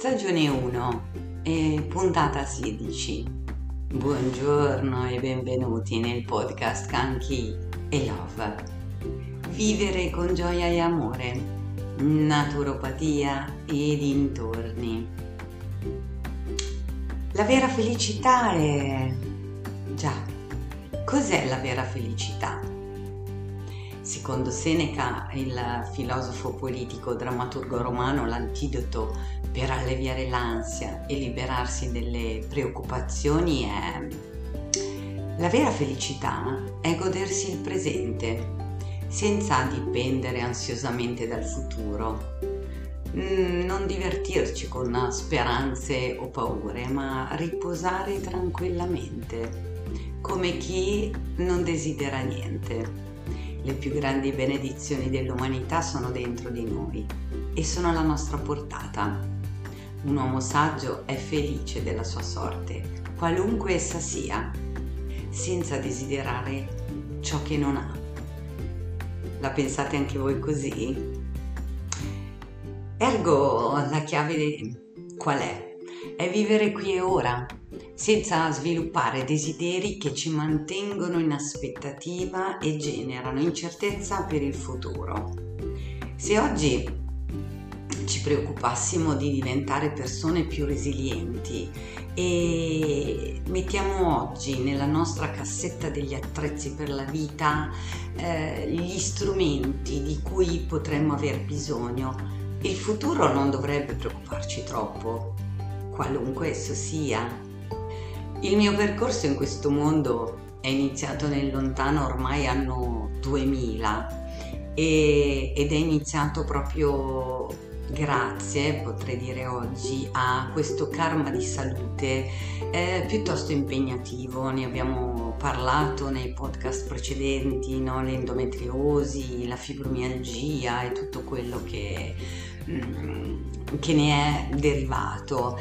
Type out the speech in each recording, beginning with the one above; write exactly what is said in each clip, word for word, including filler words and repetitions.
stagione uno e puntata sedici. Buongiorno e benvenuti nel podcast Kanki e Love. Vivere con gioia e amore, naturopatia e dintorni. La vera felicità è... Già, cos'è la vera felicità? Secondo Seneca, il filosofo politico drammaturgo romano, l'antidoto per alleviare l'ansia e liberarsi delle preoccupazioni è: la vera felicità è godersi il presente, senza dipendere ansiosamente dal futuro. Non divertirci con speranze o paure, ma riposare tranquillamente, come chi non desidera niente. Le più grandi benedizioni dell'umanità sono dentro di noi e sono alla nostra portata. Un uomo saggio è felice della sua sorte, qualunque essa sia, senza desiderare ciò che non ha. La pensate anche voi così? Ergo, la chiave qual è? È vivere qui e ora, senza sviluppare desideri che ci mantengono in aspettativa e generano incertezza per il futuro. Se oggi ci preoccupassimo di diventare persone più resilienti e mettiamo oggi nella nostra cassetta degli attrezzi per la vita eh, gli strumenti di cui potremmo aver bisogno, il futuro non dovrebbe preoccuparci troppo, qualunque esso sia. Il mio percorso in questo mondo è iniziato nel lontano ormai anno duemila e, ed è iniziato proprio grazie, potrei dire oggi, a questo karma di salute eh, piuttosto impegnativo. Ne abbiamo parlato nei podcast precedenti, no? L'endometriosi, la fibromialgia e tutto quello che, mm, che ne è derivato.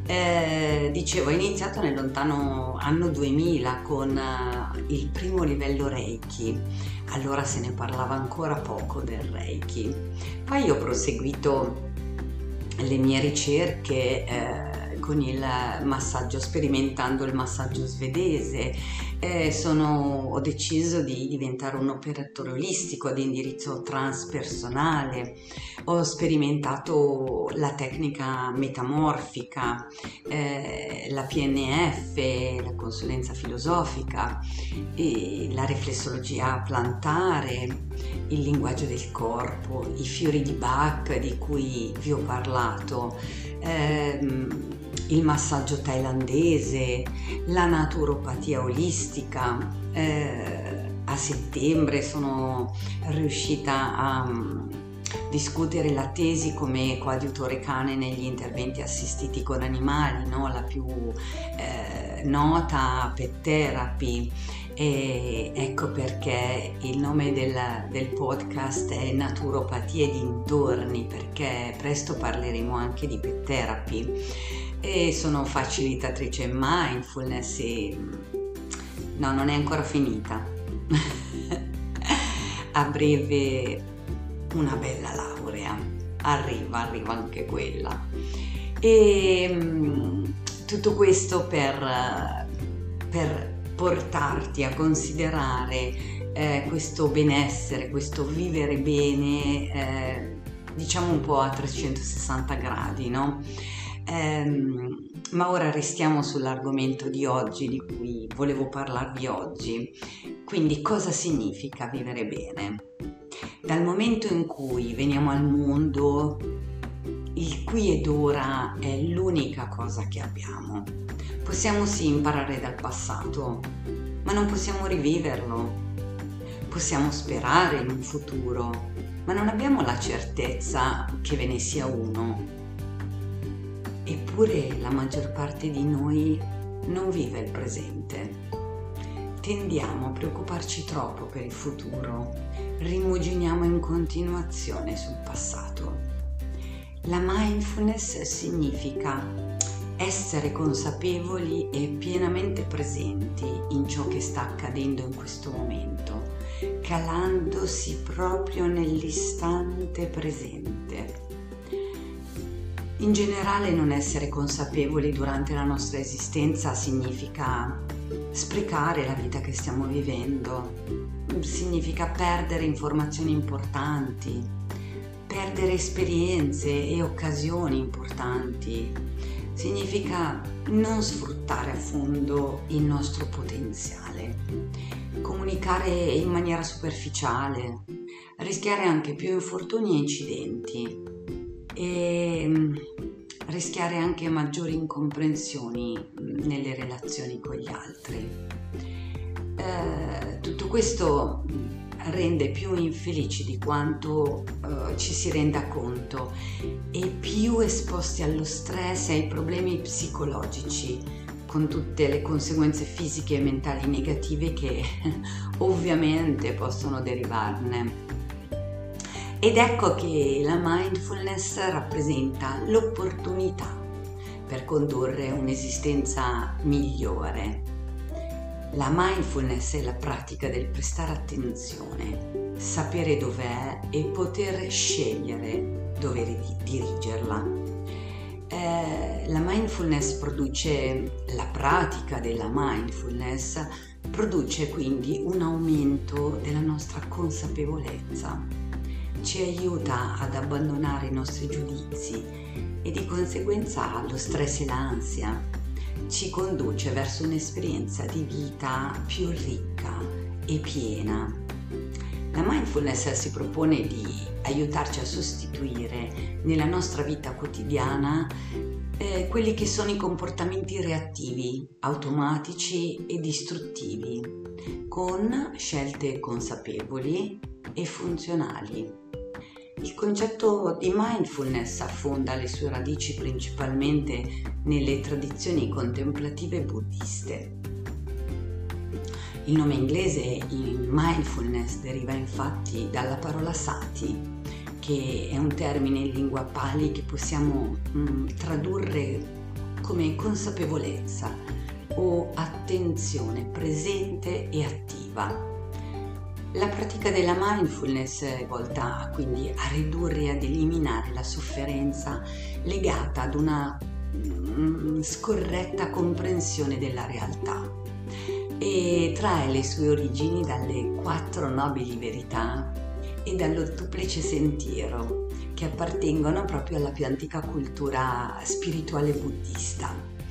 Eh, dicevo, è iniziato nel lontano anno duemila con uh, il primo livello Reiki. Allora se ne parlava ancora poco del Reiki. Poi ho proseguito le mie ricerche eh, con il massaggio, sperimentando il massaggio svedese. Eh, sono, ho deciso di diventare un operatore olistico ad indirizzo transpersonale. Ho sperimentato la tecnica metamorfica, eh, la P N F, la consulenza filosofica, e la riflessologia plantare, il linguaggio del corpo, i fiori di Bach di cui vi ho parlato, ehm, il massaggio thailandese, la naturopatia olistica. Eh, a settembre sono riuscita a um, discutere la tesi come coadiutore cane negli interventi assistiti con animali, no? La più eh, nota Pet Therapy. E ecco perché il nome del, del podcast è Naturopatia e dintorni, perché presto parleremo anche di Pet Therapy. E sono facilitatrice mindfulness e no, non è ancora finita. A breve una bella laurea, arriva, arriva anche quella. E tutto questo per, per portarti a considerare eh, questo benessere, questo vivere bene, eh, diciamo un po' a trecentosessanta gradi, no? Um, ma ora restiamo sull'argomento di oggi, di cui volevo parlarvi oggi. Quindi, cosa significa vivere bene? Dal momento in cui veniamo al mondo, il qui ed ora è l'unica cosa che abbiamo. Possiamo sì imparare dal passato, ma non possiamo riviverlo. Possiamo sperare in un futuro, ma non abbiamo la certezza che ve ne sia uno. Eppure la maggior parte di noi non vive il presente. Tendiamo a preoccuparci troppo per il futuro, rimuginiamo in continuazione sul passato. La mindfulness significa essere consapevoli e pienamente presenti in ciò che sta accadendo in questo momento, calandosi proprio nell'istante presente. In generale, non essere consapevoli durante la nostra esistenza significa sprecare la vita che stiamo vivendo, significa perdere informazioni importanti, perdere esperienze e occasioni importanti, significa non sfruttare a fondo il nostro potenziale, comunicare in maniera superficiale, rischiare anche più infortuni e incidenti e rischiare anche maggiori incomprensioni nelle relazioni con gli altri. Eh, tutto questo rende più infelici di quanto eh, ci si renda conto e più esposti allo stress e ai problemi psicologici, con tutte le conseguenze fisiche e mentali negative che ovviamente possono derivarne. Ed ecco che la mindfulness rappresenta l'opportunità per condurre un'esistenza migliore. La mindfulness è la pratica del prestare attenzione, sapere dov'è e poter scegliere dove dirigerla. Eh, la mindfulness produce, la pratica della mindfulness produce quindi un aumento della nostra consapevolezza. Ci aiuta ad abbandonare i nostri giudizi e di conseguenza lo stress e l'ansia. Ci conduce verso un'esperienza di vita più ricca e piena. La mindfulness si propone di aiutarci a sostituire nella nostra vita quotidiana eh, quelli che sono i comportamenti reattivi, automatici e distruttivi, con scelte consapevoli e funzionali. Il concetto di mindfulness affonda le sue radici principalmente nelle tradizioni contemplative buddiste. Il nome inglese mindfulness deriva infatti dalla parola sati, che è un termine in lingua pali che possiamo mh, tradurre come consapevolezza o attenzione presente e attiva. La pratica della mindfulness è volta quindi a ridurre e ad eliminare la sofferenza legata ad una mm, scorretta comprensione della realtà e trae le sue origini dalle quattro nobili verità e dall'ottuplice sentiero che appartengono proprio alla più antica cultura spirituale buddista.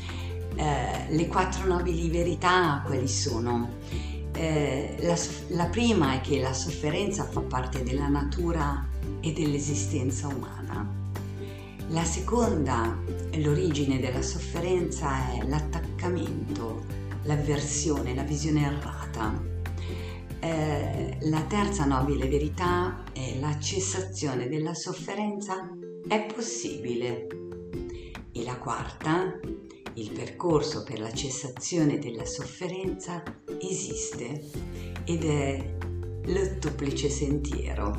Eh, le quattro nobili verità quali sono? Eh, la, la prima è che la sofferenza fa parte della natura e dell'esistenza umana. La seconda, l'origine della sofferenza è l'attaccamento, l'avversione, la visione errata. Eh, la terza nobile verità è la cessazione della sofferenza è possibile. E la quarta, il percorso per la cessazione della sofferenza esiste ed è l'ottuplice sentiero.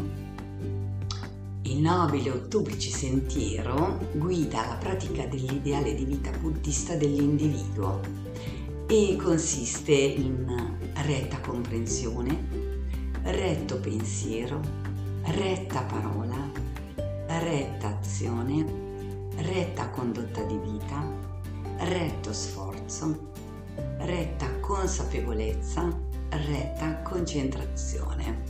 Il nobile ottuplice sentiero guida la pratica dell'ideale di vita buddista dell'individuo e consiste in retta comprensione, retto pensiero, retta parola, retta azione, retta condotta di vita, retto sforzo, retta consapevolezza, retta concentrazione.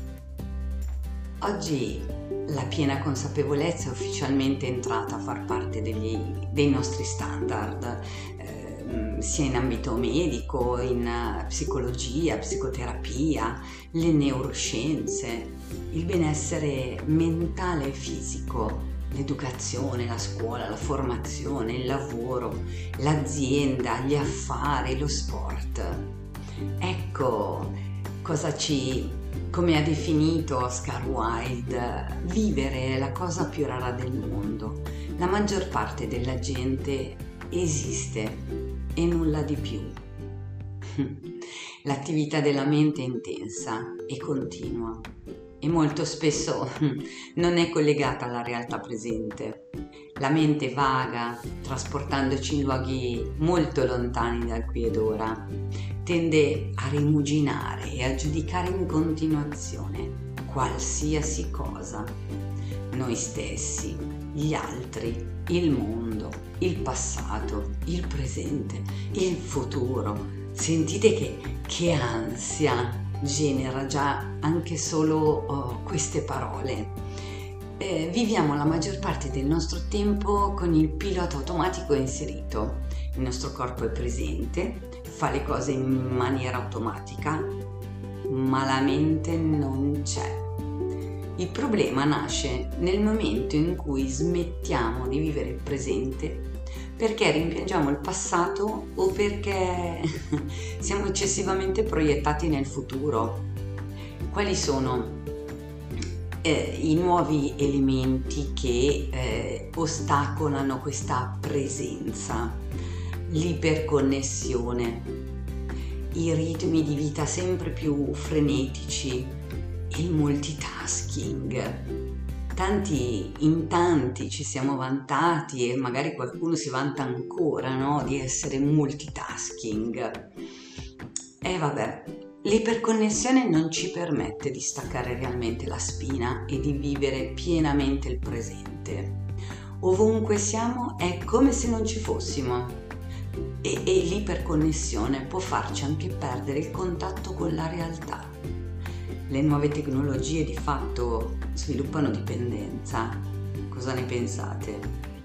Oggi la piena consapevolezza è ufficialmente entrata a far parte degli, dei nostri standard, eh, sia in ambito medico, in psicologia, psicoterapia, le neuroscienze, il benessere mentale e fisico, l'educazione, la scuola, la formazione, il lavoro, l'azienda, gli affari, lo sport. Ecco cosa ci, come ha definito Oscar Wilde, vivere è la cosa più rara del mondo. La maggior parte della gente esiste e nulla di più. L'attività della mente è intensa e continua e molto spesso non è collegata alla realtà presente. La mente vaga, trasportandoci in luoghi molto lontani dal qui ed ora, tende a rimuginare e a giudicare in continuazione qualsiasi cosa, noi stessi, gli altri, il mondo, il passato, il presente, il futuro. Sentite che, che ansia genera già anche solo oh, queste parole. Eh, viviamo la maggior parte del nostro tempo con il pilota automatico inserito. Il nostro corpo è presente, fa le cose in maniera automatica, ma la mente non c'è. Il problema nasce nel momento in cui smettiamo di vivere il presente perché rimpiangiamo il passato o perché siamo eccessivamente proiettati nel futuro. Quali sono eh, i nuovi elementi che eh, ostacolano questa presenza? L'iperconnessione, i ritmi di vita sempre più frenetici, il multitasking. Tanti, in tanti ci siamo vantati e magari qualcuno si vanta ancora, no, di essere multitasking. E vabbè, l'iperconnessione non ci permette di staccare realmente la spina e di vivere pienamente il presente. Ovunque siamo è come se non ci fossimo e, e l'iperconnessione può farci anche perdere il contatto con la realtà. Le nuove tecnologie di fatto sviluppano dipendenza. Cosa ne pensate?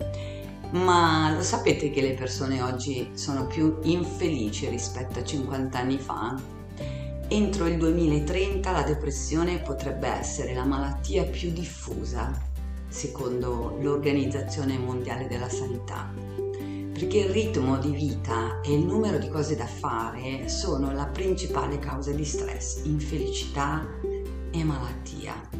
Ma lo sapete che le persone oggi sono più infelici rispetto a cinquanta anni fa? Entro il duemilatrenta la depressione potrebbe essere la malattia più diffusa, secondo l'Organizzazione Mondiale della Sanità, perché il ritmo di vita e il numero di cose da fare sono la principale causa di stress, infelicità e malattia.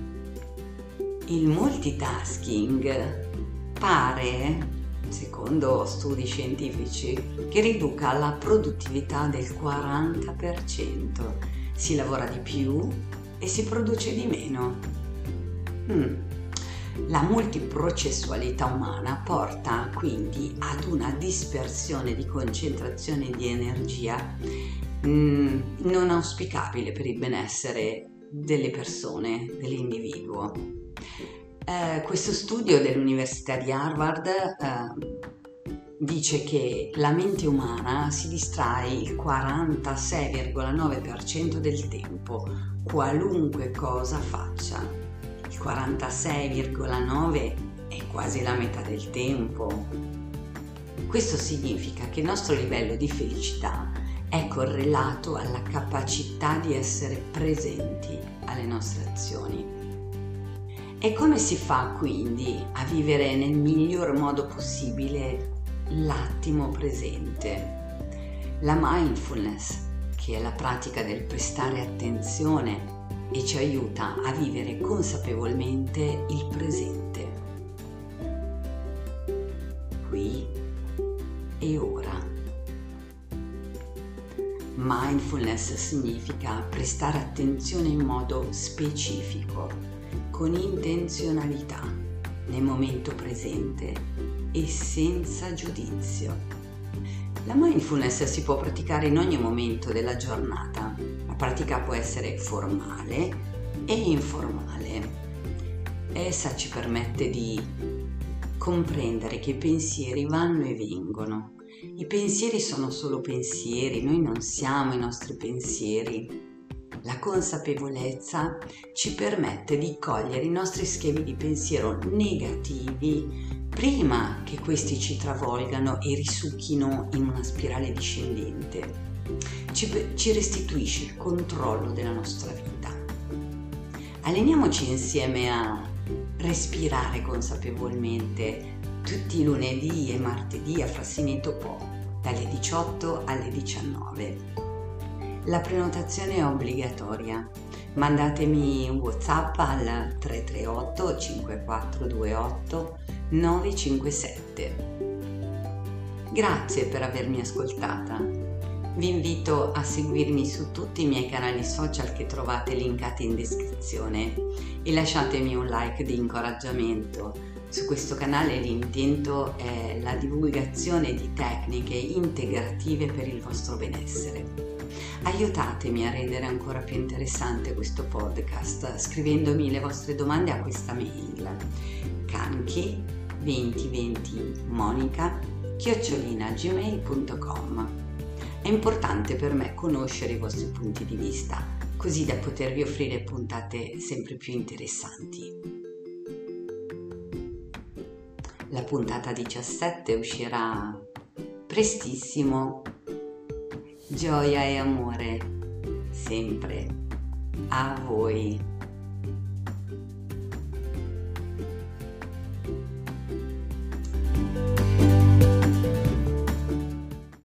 Il multitasking pare, secondo studi scientifici, che riduca la produttività del quaranta per cento. Si lavora di più e si produce di meno. Hmm. La multiprocessualità umana porta quindi ad una dispersione di concentrazione di energia mh, non auspicabile per il benessere delle persone, dell'individuo. Eh, questo studio dell'Università di Harvard eh, dice che la mente umana si distrae il quarantasei virgola nove per cento del tempo, qualunque cosa faccia. Il quarantasei virgola nove è quasi la metà del tempo. Questo significa che il nostro livello di felicità è correlato alla capacità di essere presenti alle nostre azioni. E come si fa quindi a vivere nel miglior modo possibile l'attimo presente? La mindfulness, che è la pratica del prestare attenzione e ci aiuta a vivere consapevolmente il presente, qui e ora. Mindfulness significa prestare attenzione in modo specifico, con intenzionalità, nel momento presente e senza giudizio. La mindfulness si può praticare in ogni momento della giornata. La pratica può essere formale e informale. Essa ci permette di comprendere che i pensieri vanno e vengono. I pensieri sono solo pensieri, noi non siamo i nostri pensieri. La consapevolezza ci permette di cogliere i nostri schemi di pensiero negativi prima che questi ci travolgano e risucchino in una spirale discendente. Ci, ci restituisce il controllo della nostra vita. Alleniamoci insieme a respirare consapevolmente tutti i lunedì e martedì a Frassini Topò, dalle diciotto alle diciannove. La prenotazione è obbligatoria. Mandatemi un WhatsApp al tre tre otto cinque quattro due otto nove cinque sette. Grazie per avermi ascoltata. Vi invito a seguirmi su tutti i miei canali social che trovate linkati in descrizione e lasciatemi un like di incoraggiamento. Su questo canale l'intento è la divulgazione di tecniche integrative per il vostro benessere. Aiutatemi a rendere ancora più interessante questo podcast scrivendomi le vostre domande a questa mail kanki duemilaventi monica chiocciolina gmail punto com. È importante per me conoscere i vostri punti di vista, così da potervi offrire puntate sempre più interessanti. La puntata diciassette uscirà prestissimo. Gioia e amore sempre a voi.